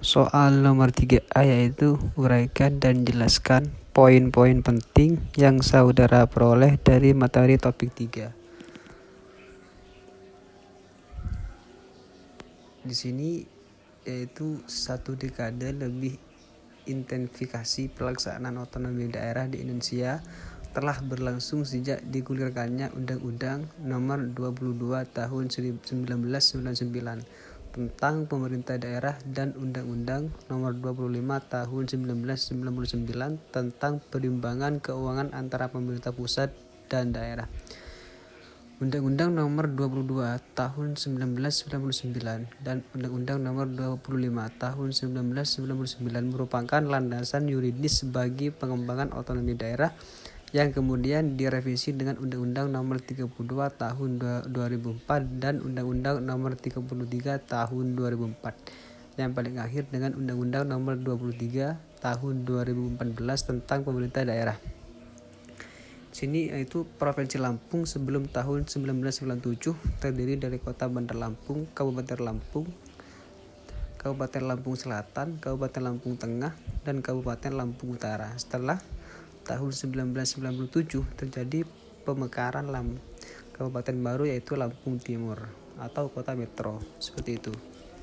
Soal nomor 3A yaitu uraikan dan jelaskan poin-poin penting yang saudara peroleh dari materi topik 3. Di sini yaitu 1 dekade lebih intensifikasi pelaksanaan otonomi daerah di Indonesia telah berlangsung sejak digulirkannya Undang-Undang Nomor 22 Tahun 1999 tentang Pemerintah Daerah dan Undang-Undang Nomor 25 Tahun 1999 tentang Perimbangan Keuangan antara Pemerintah Pusat dan Daerah. Undang-Undang Nomor 22 Tahun 1999 dan Undang-Undang Nomor 25 Tahun 1999 merupakan landasan yuridis bagi pengembangan otonomi daerah yang kemudian direvisi dengan Undang-Undang Nomor 32 Tahun 2004 dan Undang-Undang Nomor 33 Tahun 2004 yang paling akhir dengan Undang-Undang Nomor 23 Tahun 2014 tentang Pemerintah Daerah. Sini yaitu Provinsi Lampung sebelum tahun 1997 terdiri dari Kota Bandar Lampung, Kabupaten Lampung, Kabupaten Lampung Selatan, Kabupaten Lampung Tengah, dan Kabupaten Lampung Utara. Setelah tahun 1997 terjadi pemekaran kabupaten baru yaitu Lampung Timur atau Kota Metro, seperti itu.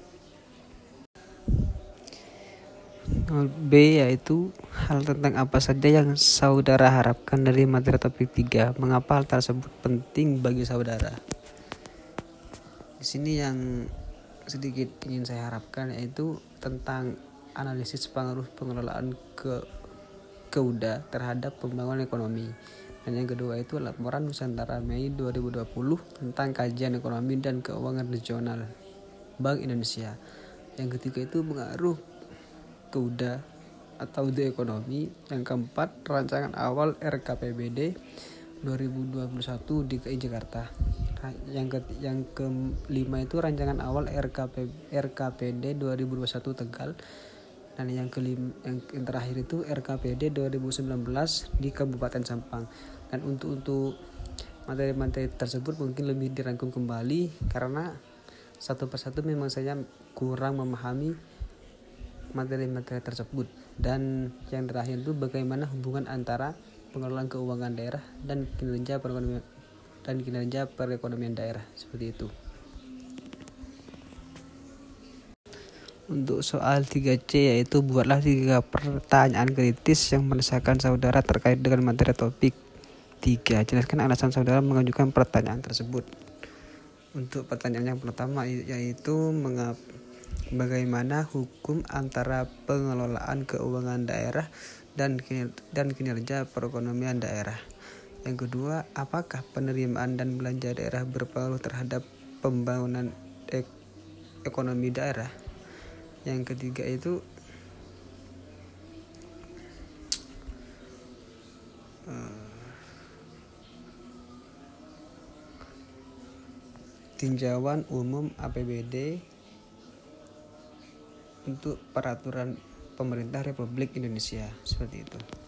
B yaitu hal tentang apa saja yang saudara harapkan dari materi topik 3. Mengapa hal tersebut penting bagi saudara? Di sini yang sedikit ingin saya harapkan yaitu tentang analisis pengaruh pengelolaan KUDA terhadap pembangunan ekonomi. Dan yang kedua itu laporan Nusantara Mei 2020 tentang kajian ekonomi dan keuangan regional Bank Indonesia. Yang ketiga itu pengaruh KUDA atau The Ekonomi. Yang keempat, rancangan awal RKPBD 2021 DKI Jakarta. Yang kelima itu rancangan awal RKPD 2021 Tegal. Dan yang terakhir itu RKPD 2019 di Kabupaten Sampang. Dan untuk materi-materi tersebut mungkin lebih dirangkum kembali karena satu persatu memang saya kurang memahami materi-materi tersebut. Dan yang terakhir itu bagaimana hubungan antara pengelolaan keuangan daerah dan kinerja perekonomian daerah, seperti itu. Untuk soal 3C yaitu buatlah 3 pertanyaan kritis yang meresahkan saudara terkait dengan materi topik 3. Jelaskan alasan saudara mengajukan pertanyaan tersebut. Untuk pertanyaan yang pertama yaitu bagaimana hukum antara pengelolaan keuangan daerah dan kinerja perekonomian daerah. Yang kedua, apakah penerimaan dan belanja daerah berpengaruh terhadap pembangunan ekonomi daerah. Yang ketiga itu tinjauan umum APBD untuk peraturan pemerintah Republik Indonesia, seperti itu.